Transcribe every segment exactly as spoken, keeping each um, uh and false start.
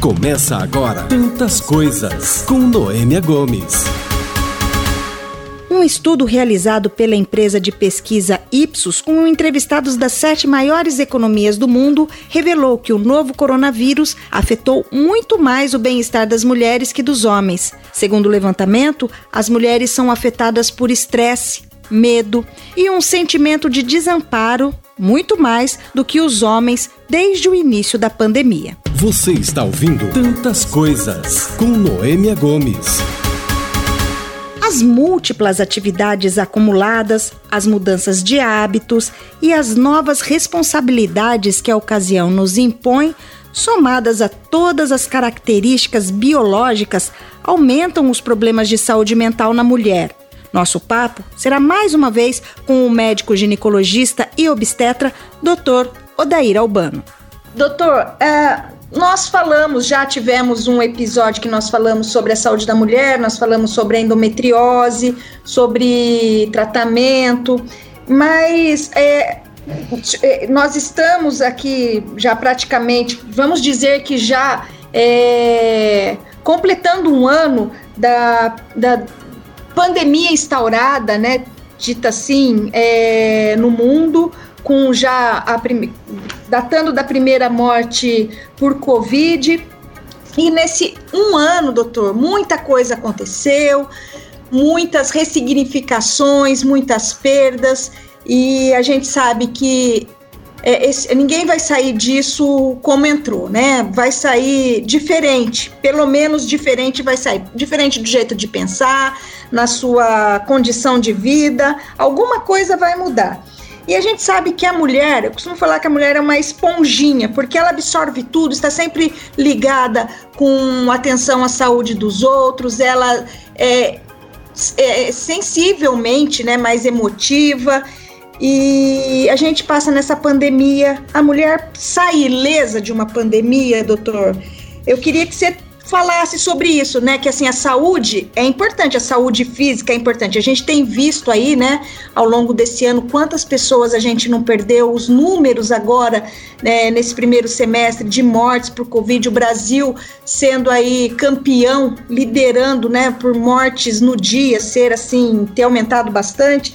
Começa agora Tantas Coisas, com Noêmia Gomes. Um estudo realizado pela empresa de pesquisa Ipsos com entrevistados das sete maiores economias do mundo revelou que o novo coronavírus afetou muito mais o bem-estar das mulheres que dos homens. Segundo o levantamento, as mulheres são afetadas por estresse, medo e um sentimento de desamparo muito mais do que os homens desde o início da pandemia. Você está ouvindo Tantas Coisas, com Noêmia Gomes. As múltiplas atividades acumuladas, as mudanças de hábitos e as novas responsabilidades que a ocasião nos impõe, somadas a todas as características biológicas, aumentam os problemas de saúde mental na mulher. Nosso papo será mais uma vez com o médico ginecologista e obstetra, doutor Odair Albano. Doutor, é, nós falamos, já tivemos um episódio que nós falamos sobre a saúde da mulher, nós falamos sobre a endometriose, sobre tratamento, mas é, nós estamos aqui já praticamente, vamos dizer que já é, completando um ano da, da pandemia instaurada, né, dita assim, é, no mundo, com já a prim... datando da primeira morte por Covid. E nesse um ano, doutor, muita coisa aconteceu, muitas ressignificações, muitas perdas, e a gente sabe que é, esse, ninguém vai sair disso como entrou, né? Vai sair diferente, pelo menos diferente vai sair, diferente do jeito de pensar, na sua condição de vida, alguma coisa vai mudar. E a gente sabe que a mulher, eu costumo falar que a mulher é uma esponjinha, porque ela absorve tudo, está sempre ligada com atenção à saúde dos outros, ela é, é sensivelmente, né, mais emotiva, e a gente passa nessa pandemia. A mulher sai ilesa de uma pandemia, doutor? Eu queria que você falasse sobre isso, né, que assim, a saúde é importante, a saúde física é importante. A gente tem visto aí, né, ao longo desse ano, quantas pessoas a gente não perdeu, os números agora, né, nesse primeiro semestre de mortes por Covid, o Brasil sendo aí campeão, liderando, né, por mortes no dia, ser assim, ter aumentado bastante,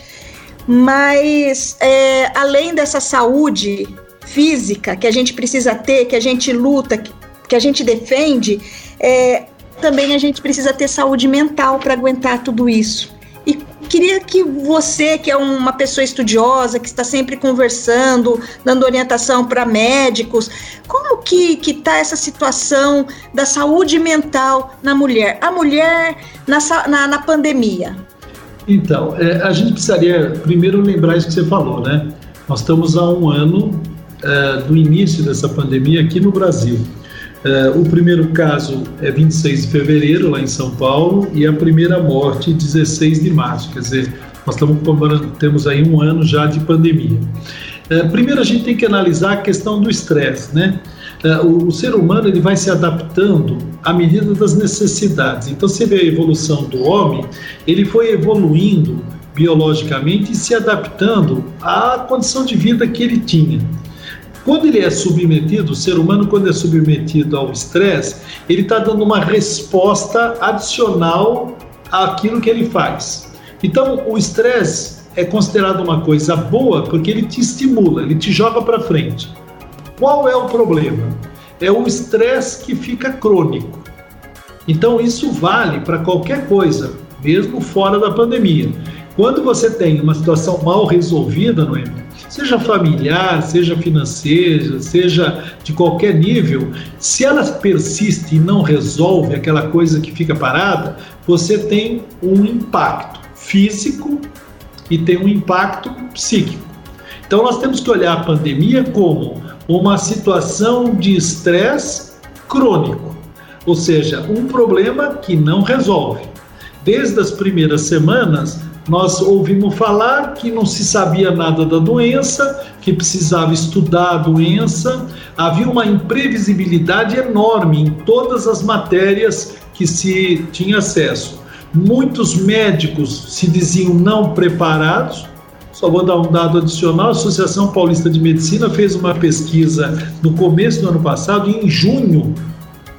mas é, além dessa saúde física que a gente precisa ter, que a gente luta, que, que a gente defende, É, também a gente precisa ter saúde mental para aguentar tudo isso. E queria que você, que é uma pessoa estudiosa, que está sempre conversando, dando orientação para médicos, como que que está essa situação da saúde mental na mulher? A mulher na, na, na pandemia. Então, é, a gente precisaria primeiro lembrar isso que você falou, né? Nós estamos há um ano é, do início dessa pandemia aqui no Brasil. Uh, o primeiro caso é vinte e seis de fevereiro, lá em São Paulo, e a primeira morte, dezesseis de março. Quer dizer, nós estamos, temos aí um ano já de pandemia. Uh, primeiro, a gente tem que analisar a questão do estresse, né? Uh, o, o ser humano ele vai se adaptando à medida das necessidades. Então, você vê a evolução do homem, ele foi evoluindo biologicamente e se adaptando à condição de vida que ele tinha. Quando ele é submetido, o ser humano, quando é submetido ao estresse, ele está dando uma resposta adicional àquilo que ele faz. Então, o estresse é considerado uma coisa boa porque ele te estimula, ele te joga para frente. Qual é o problema? É o estresse que fica crônico. Então, isso vale para qualquer coisa, mesmo fora da pandemia. Quando você tem uma situação mal resolvida, Noêmia, seja familiar, seja financeira, seja de qualquer nível, se ela persiste e não resolve aquela coisa que fica parada, você tem um impacto físico e tem um impacto psíquico. Então nós temos que olhar a pandemia como uma situação de estresse crônico, ou seja, um problema que não resolve. Desde as primeiras semanas, nós ouvimos falar que não se sabia nada da doença, que precisava estudar a doença, havia uma imprevisibilidade enorme em todas as matérias que se tinha acesso. Muitos médicos se diziam não preparados. Só vou dar um dado adicional: a Associação Paulista de Medicina fez uma pesquisa no começo do ano passado, e em junho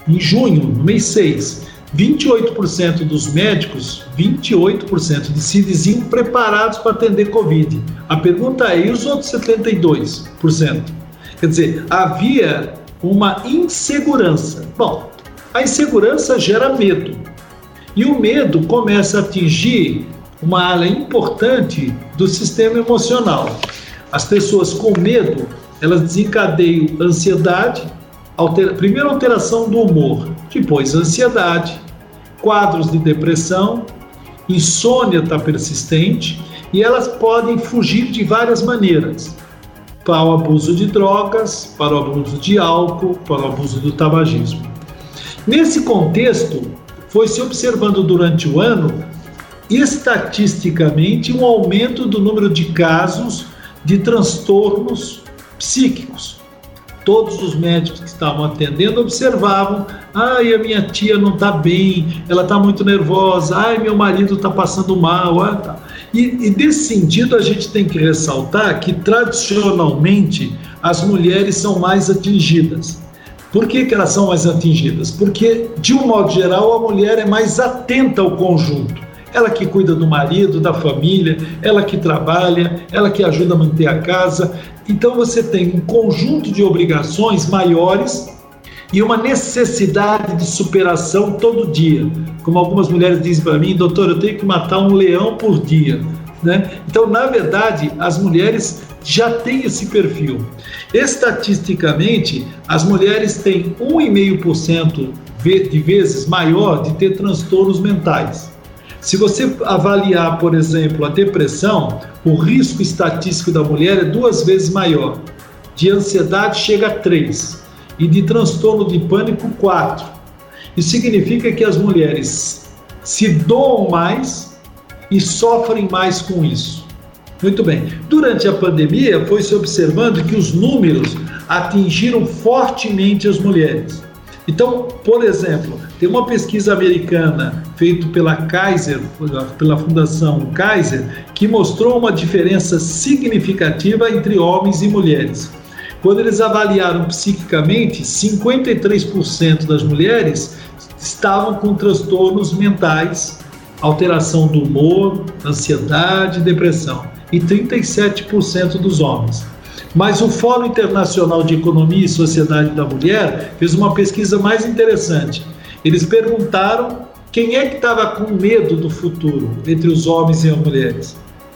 Em junho, no mês seis, vinte e oito por cento dos médicos, vinte e oito por cento de se diziam preparados para atender Covid. A pergunta é, e os outros setenta e dois por cento? Quer dizer, havia uma insegurança. Bom, a insegurança gera medo. E o medo começa a atingir uma área importante do sistema emocional. As pessoas com medo, elas desencadeiam ansiedade, altera, primeiro alteração do humor, depois ansiedade, quadros de depressão, insônia está persistente e elas podem fugir de várias maneiras. Para o abuso de drogas, para o abuso de álcool, para o abuso do tabagismo. Nesse contexto, foi se observando durante o ano, estatisticamente, um aumento do número de casos de transtornos psíquicos. Todos os médicos que estavam atendendo observavam, ai, a minha tia não está bem, ela está muito nervosa, ai, meu marido está passando mal. Ah, tá. E, e nesse sentido a gente tem que ressaltar que tradicionalmente as mulheres são mais atingidas. Por que que elas são mais atingidas? Porque, de um modo geral, a mulher é mais atenta ao conjunto. Ela que cuida do marido, da família, ela que trabalha, ela que ajuda a manter a casa. Então você tem um conjunto de obrigações maiores e uma necessidade de superação todo dia. Como algumas mulheres dizem para mim, doutor, eu tenho que matar um leão por dia, né? Então, na verdade, as mulheres já têm esse perfil. Estatisticamente, as mulheres têm um vírgula cinco por cento de vezes maior de ter transtornos mentais. Se você avaliar, por exemplo, a depressão, o risco estatístico da mulher é duas vezes maior. De ansiedade chega a três. E de transtorno de pânico, quatro. Isso significa que as mulheres se doam mais e sofrem mais com isso. Muito bem. Durante a pandemia, foi se observando que os números atingiram fortemente as mulheres. Então, por exemplo, tem uma pesquisa americana feita pela Kaiser, pela Fundação Kaiser, que mostrou uma diferença significativa entre homens e mulheres. Quando eles avaliaram psiquicamente, cinquenta e três por cento das mulheres estavam com transtornos mentais, alteração do humor, ansiedade, depressão, e trinta e sete por cento dos homens. Mas o Fórum Internacional de Economia e Sociedade da Mulher fez uma pesquisa mais interessante. Eles perguntaram quem é que estava com medo do futuro entre os homens e as mulheres.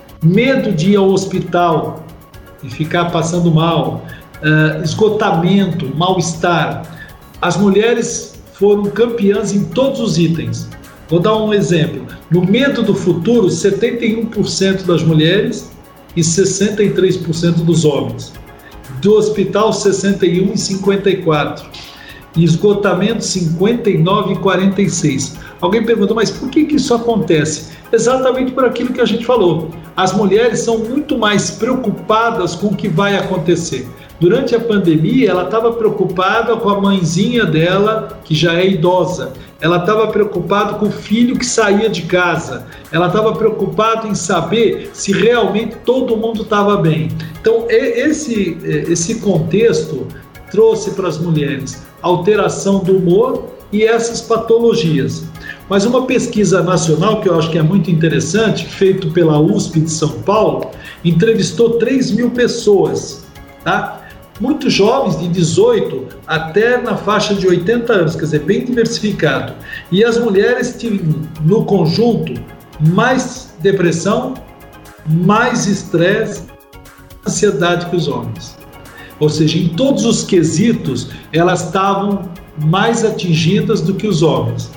Medo de ir ao hospital e ficar passando mal, uh, esgotamento, mal-estar. As mulheres foram campeãs em todos os itens. Vou dar um exemplo. No medo do futuro, setenta e um por cento das mulheres e sessenta e três por cento dos homens. Do hospital, sessenta e um e cinquenta e quatro. E esgotamento, cinquenta e nove e quarenta e seis. Alguém perguntou, mas por que que isso acontece? Exatamente por aquilo que a gente falou. As mulheres são muito mais preocupadas com o que vai acontecer. Durante a pandemia, ela estava preocupada com a mãezinha dela, que já é idosa. Ela estava preocupada com o filho que saía de casa. Ela estava preocupada em saber se realmente todo mundo estava bem. Então, esse, esse contexto trouxe para as mulheres alteração do humor e essas patologias. Mas uma pesquisa nacional, que eu acho que é muito interessante, feita pela U S P de São Paulo, entrevistou três mil pessoas, tá? Muito jovens, de dezoito até na faixa de oitenta anos, quer dizer, bem diversificado. E as mulheres tinham, no conjunto, mais depressão, mais estresse, ansiedade que os homens. Ou seja, em todos os quesitos, elas estavam mais atingidas do que os homens.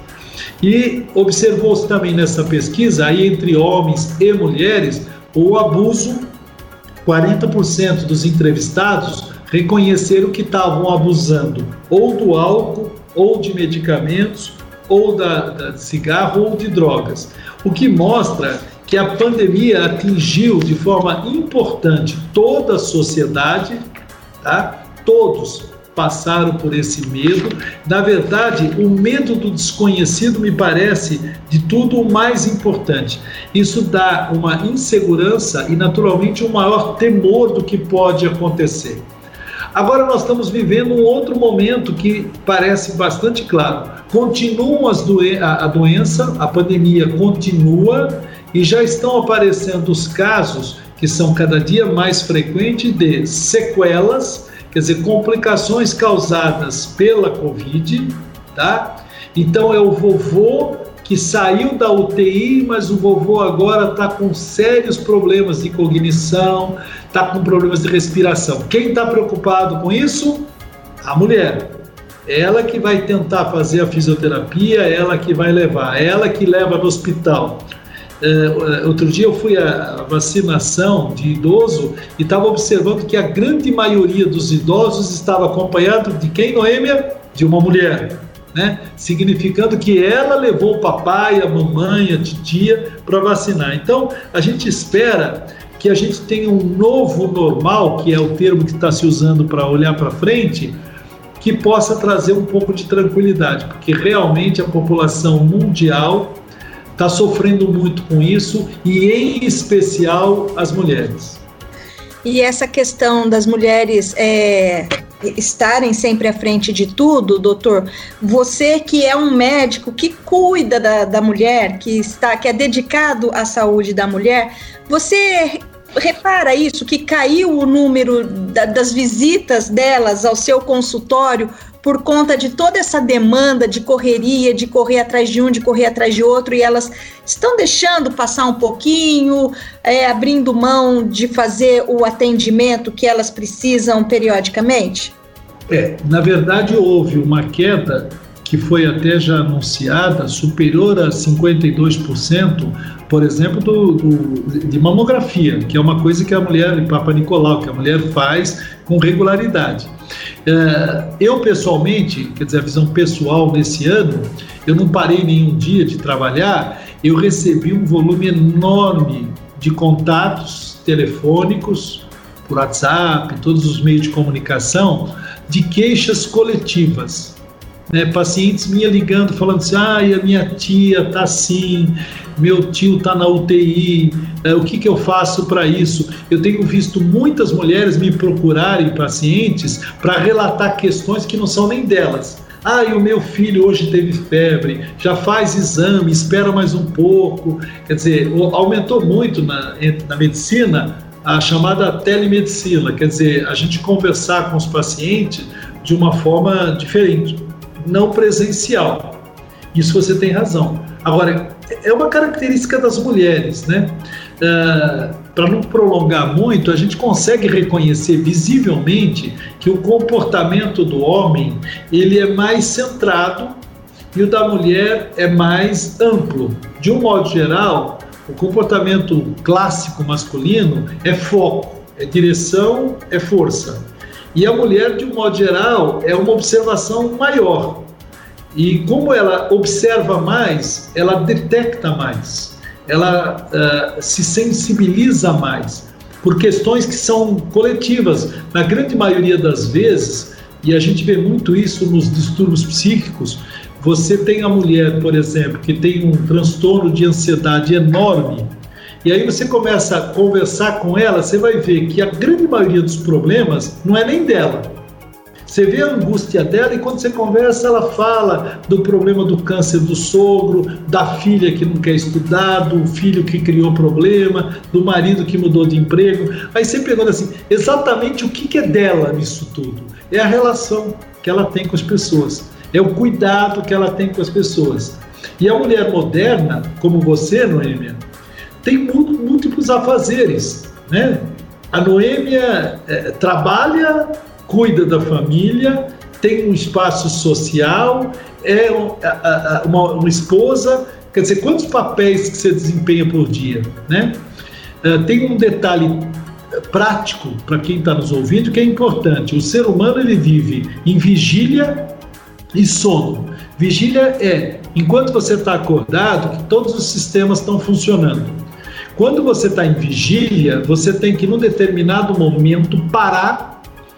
E observou-se também nessa pesquisa, aí entre homens e mulheres, o abuso. quarenta por cento dos entrevistados reconheceram que estavam abusando ou do álcool, ou de medicamentos, ou da, da cigarro, ou de drogas. O que mostra que a pandemia atingiu de forma importante toda a sociedade, tá? Todos passaram por esse medo. Na verdade, o medo do desconhecido me parece de tudo o mais importante. Isso dá uma insegurança e, naturalmente, um maior temor do que pode acontecer. Agora nós estamos vivendo um outro momento que parece bastante claro. Continuam as doen- a, a doença, a pandemia continua e já estão aparecendo os casos que são cada dia mais frequentes de sequelas, quer dizer, complicações causadas pela Covid, tá? Então é o vovô que saiu da U T I, mas o vovô agora está com sérios problemas de cognição, está com problemas de respiração. Quem está preocupado com isso? A mulher. Ela que vai tentar fazer a fisioterapia, ela que vai levar, ela que leva no hospital. Uh, outro dia eu fui à vacinação de idoso e estava observando que a grande maioria dos idosos estava acompanhado de quem, Noêmia? De uma mulher, né? Significando que ela levou o papai, a mamãe, a titia para vacinar. Então, a gente espera que a gente tenha um novo normal, que é o termo que está se usando para olhar para frente, que possa trazer um pouco de tranquilidade, porque realmente a população mundial está sofrendo muito com isso, e em especial as mulheres. E essa questão das mulheres é, estarem sempre à frente de tudo, doutor, você que é um médico que cuida da, da mulher, que, está, que é dedicado à saúde da mulher, você repara isso, que caiu o número da, das visitas delas ao seu consultório por conta de toda essa demanda de correria, de correr atrás de um, de correr atrás de outro, e elas estão deixando passar um pouquinho, é, abrindo mão de fazer o atendimento que elas precisam periodicamente? É, na verdade houve uma queda que foi até já anunciada, superior a cinquenta e dois por cento, por exemplo, do, do, de mamografia, que é uma coisa que a mulher, Papa Nicolau, que a mulher faz com regularidade. É, eu pessoalmente, quer dizer, a visão pessoal nesse ano, eu não parei nenhum dia de trabalhar, eu recebi um volume enorme de contatos telefônicos, por WhatsApp, todos os meios de comunicação, de queixas coletivas. Né, pacientes minha ligando, falando assim, ah, a minha tia tá assim, meu tio tá na U T I, é, o que que eu faço para isso? Eu tenho visto muitas mulheres me procurarem, pacientes, para relatar questões que não são nem delas. Ah, e o meu filho hoje teve febre, já faz exame, espera mais um pouco. Quer dizer, aumentou muito na, na medicina a chamada telemedicina, quer dizer, a gente conversar com os pacientes de uma forma diferente, não presencial. Isso você tem razão. Agora, é uma característica das mulheres, né? Uh, para não prolongar muito, a gente consegue reconhecer visivelmente que o comportamento do homem ele é mais centrado e o da mulher é mais amplo. De um modo geral, o comportamento clássico masculino é foco, é direção, é força. E a mulher, de um modo geral, é uma observação maior. E como ela observa mais, ela detecta mais, ela uh, se sensibiliza mais por questões que são coletivas. Na grande maioria das vezes, e a gente vê muito isso nos distúrbios psíquicos, você tem a mulher, por exemplo, que tem um transtorno de ansiedade enorme, e aí você começa a conversar com ela, você vai ver que a grande maioria dos problemas não é nem dela. Você vê a angústia dela e quando você conversa, ela fala do problema do câncer do sogro, da filha que não quer estudar, do filho que criou problema, do marido que mudou de emprego. Aí você pergunta assim, exatamente o que é dela nisso tudo? É a relação que ela tem com as pessoas, é o cuidado que ela tem com as pessoas. E a mulher moderna, como você, Noêmia, tem múltiplos afazeres, né? A Noêmia é, trabalha, cuida da família, tem um espaço social, é uma, uma esposa, quer dizer, quantos papéis que você desempenha por dia, né? Uh, tem um detalhe prático para quem está nos ouvindo que é importante. O ser humano ele vive em vigília e sono. Vigília é enquanto você está acordado, que todos os sistemas estão funcionando. Quando você está em vigília, você tem que, num determinado momento, parar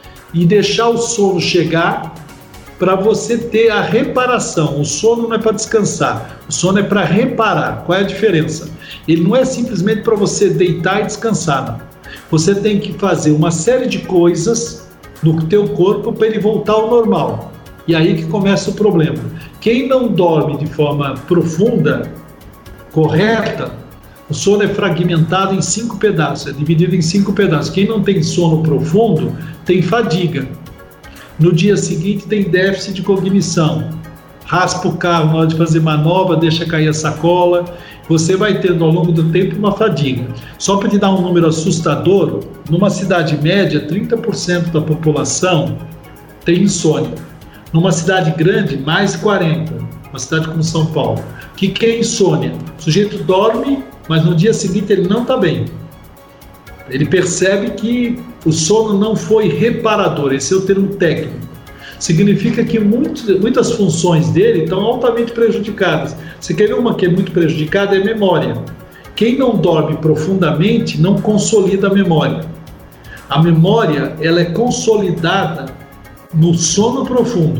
e deixar o sono chegar para você ter a reparação. O sono não é para descansar, o sono é para reparar. Qual é a diferença? Ele não é simplesmente para você deitar e descansar, não. Você tem que fazer uma série de coisas no teu corpo para ele voltar ao normal. E aí que começa o problema. Quem não dorme de forma profunda, correta, o sono é fragmentado em cinco pedaços, é dividido em cinco pedaços. Quem não tem sono profundo tem fadiga. No dia seguinte tem déficit de cognição. Raspa o carro na hora de fazer manobra, deixa cair a sacola. Você vai tendo ao longo do tempo uma fadiga. Só para te dar um número assustador, numa cidade média, trinta por cento da população tem insônia. Numa cidade grande, mais de quarenta por cento. Uma cidade como São Paulo. O que, que é insônia? O sujeito dorme, mas no dia seguinte ele não está bem. Ele percebe que o sono não foi reparador, esse é o termo técnico. Significa que muitos, muitas funções dele estão altamente prejudicadas. Você quer ver uma que é muito prejudicada? É a memória. Quem não dorme profundamente não consolida a memória. A memória, ela é consolidada no sono profundo.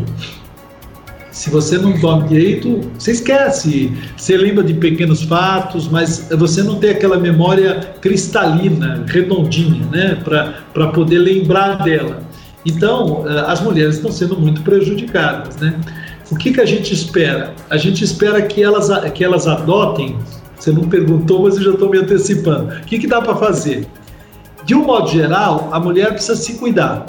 Se você não dorme direito, você esquece. Você lembra de pequenos fatos, mas você não tem aquela memória cristalina, redondinha, né, para poder lembrar dela. Então, as mulheres estão sendo muito prejudicadas, né? O que, que a gente espera? A gente espera que elas, que elas adotem. Você não perguntou, mas eu já estou me antecipando. O que, que dá para fazer? De um modo geral, a mulher precisa se cuidar.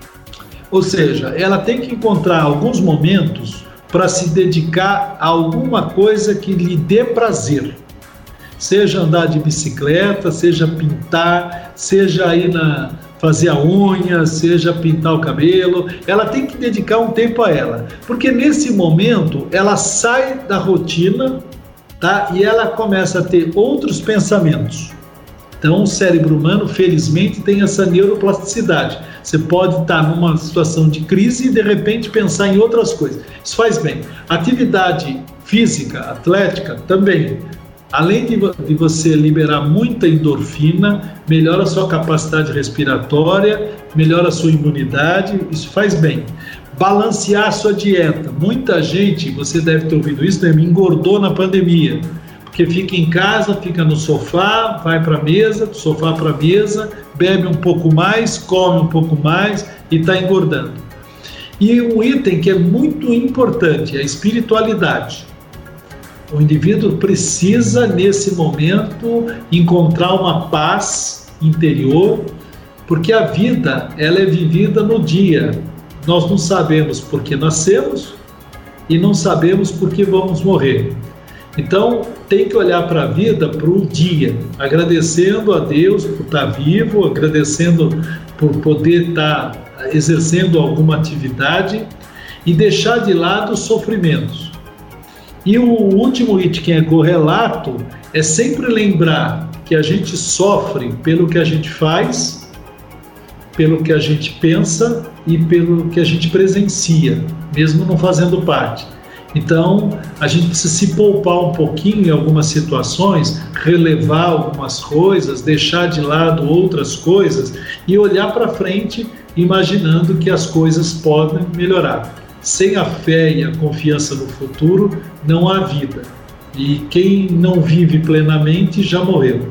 Ou seja, ela tem que encontrar alguns momentos para se dedicar a alguma coisa que lhe dê prazer. Seja andar de bicicleta, seja pintar, seja ir na, fazer a unha, seja pintar o cabelo. Ela tem que dedicar um tempo a ela. Porque nesse momento ela sai da rotina, tá? E ela começa a ter outros pensamentos. Então o cérebro humano, felizmente, tem essa neuroplasticidade. Você pode estar numa situação de crise e de repente pensar em outras coisas. Isso faz bem. Atividade física, atlética, também. Além de, de você liberar muita endorfina, melhora a sua capacidade respiratória, melhora a sua imunidade, isso faz bem. Balancear a sua dieta. Muita gente, você deve ter ouvido isso, né, me engordou na pandemia. Porque fica em casa, fica no sofá, vai para a mesa, do sofá para a mesa, bebe um pouco mais, come um pouco mais e está engordando. E um item que é muito importante é a espiritualidade. O indivíduo precisa, nesse momento, encontrar uma paz interior, porque a vida ela é vivida no dia. Nós não sabemos por que nascemos e não sabemos por que vamos morrer. Então, tem que olhar para a vida, para o dia, agradecendo a Deus por estar vivo, agradecendo por poder estar exercendo alguma atividade e deixar de lado os sofrimentos. E o último item que é correlato é sempre lembrar que a gente sofre pelo que a gente faz, pelo que a gente pensa e pelo que a gente presencia, mesmo não fazendo parte. Então, a gente precisa se poupar um pouquinho em algumas situações, relevar algumas coisas, deixar de lado outras coisas e olhar para frente imaginando que as coisas podem melhorar. Sem a fé e a confiança no futuro, não há vida. E quem não vive plenamente já morreu.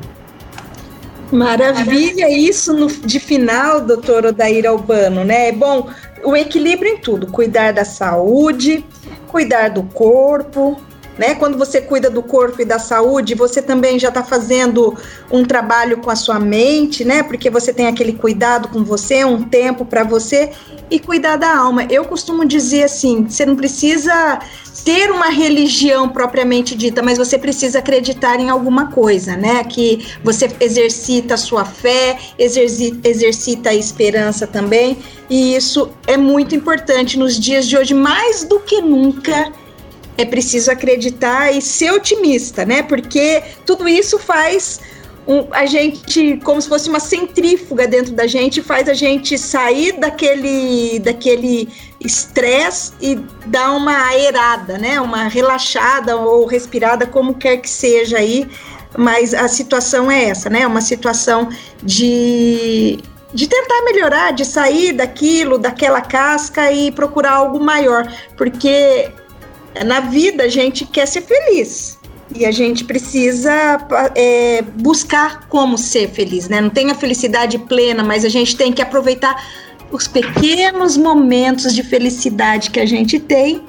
Maravilha isso no, de final, doutor Odair Albano, né? Bom, o equilíbrio em tudo, cuidar da saúde, cuidar do corpo, né? Quando você cuida do corpo e da saúde, você também já está fazendo um trabalho com a sua mente, né? Porque você tem aquele cuidado com você, um tempo para você e cuidar da alma. Eu costumo dizer assim, você não precisa ter uma religião propriamente dita, mas você precisa acreditar em alguma coisa, né? Que você exercita a sua fé, exercita, exercita a esperança também, e isso é muito importante nos dias de hoje, mais do que nunca. É preciso acreditar e ser otimista, né? Porque tudo isso faz um, a gente, como se fosse uma centrífuga dentro da gente, faz a gente sair daquele daquele estresse e dar uma aerada, né? Uma relaxada ou respirada, como quer que seja aí. Mas a situação é essa, né? Uma situação de... de tentar melhorar, de sair daquilo, daquela casca e procurar algo maior. Porque na vida a gente quer ser feliz e a gente precisa é, buscar como ser feliz, né? Não tem a felicidade plena, mas a gente tem que aproveitar os pequenos momentos de felicidade que a gente tem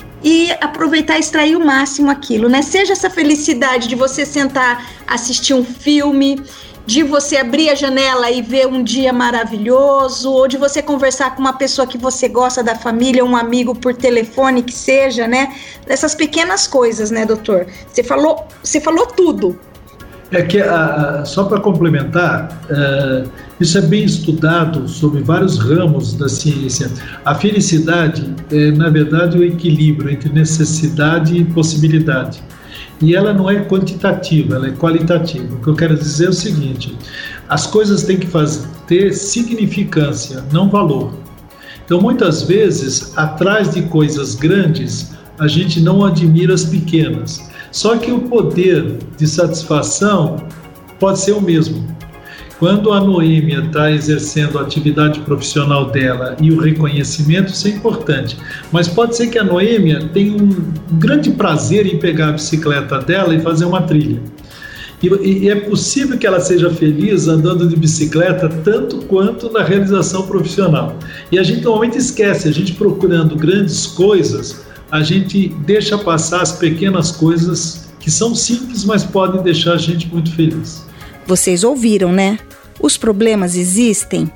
e aproveitar e extrair o máximo aquilo, né? Seja essa felicidade de você sentar, assistir um filme, de você abrir a janela e ver um dia maravilhoso, ou de você conversar com uma pessoa que você gosta da família, um amigo por telefone, que seja, né? Essas pequenas coisas, né, doutor? Você falou, você falou tudo. É que, a, a, só para complementar, uh, isso é bem estudado sobre vários ramos da ciência. A felicidade é, na verdade, o equilíbrio entre necessidade e possibilidade. E ela não é quantitativa, ela é qualitativa. O que eu quero dizer é o seguinte: as coisas têm que fazer, ter significância, não valor. Então, muitas vezes, atrás de coisas grandes, a gente não admira as pequenas. Só que o poder de satisfação pode ser o mesmo. Quando a Noêmia está exercendo a atividade profissional dela e o reconhecimento, isso é importante. Mas pode ser que a Noêmia tenha um grande prazer em pegar a bicicleta dela e fazer uma trilha. E, e é possível que ela seja feliz andando de bicicleta tanto quanto na realização profissional. E a gente normalmente esquece, a gente procurando grandes coisas, a gente deixa passar as pequenas coisas que são simples, mas podem deixar a gente muito feliz. Vocês ouviram, né? Os problemas existem?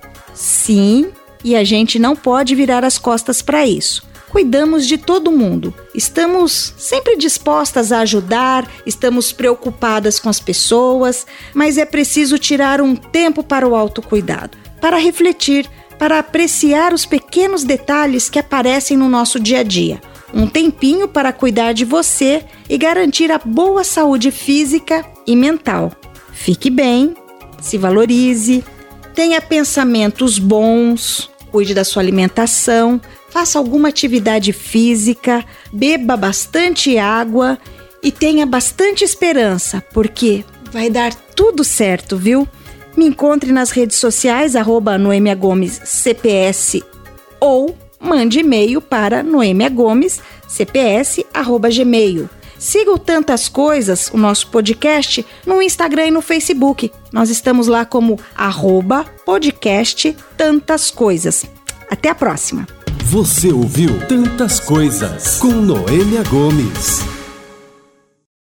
Sim, e a gente não pode virar as costas para isso. Cuidamos de todo mundo. Estamos sempre dispostas a ajudar, estamos preocupadas com as pessoas, mas é preciso tirar um tempo para o autocuidado, para refletir, para apreciar os pequenos detalhes que aparecem no nosso dia a dia. Um tempinho para cuidar de você e garantir a boa saúde física e mental. Fique bem, se valorize, tenha pensamentos bons, cuide da sua alimentação, faça alguma atividade física, beba bastante água e tenha bastante esperança, porque vai dar tudo certo, viu? Me encontre nas redes sociais, arroba Noêmia Gomes C P S, ou mande e-mail para noemiagomes.cps arroba gmail. Siga o Tantas Coisas, o nosso podcast, no Instagram e no Facebook. Nós estamos lá como arroba podcast Tantas Coisas. Até a próxima. Você ouviu Tantas Coisas com Noêmia Gomes.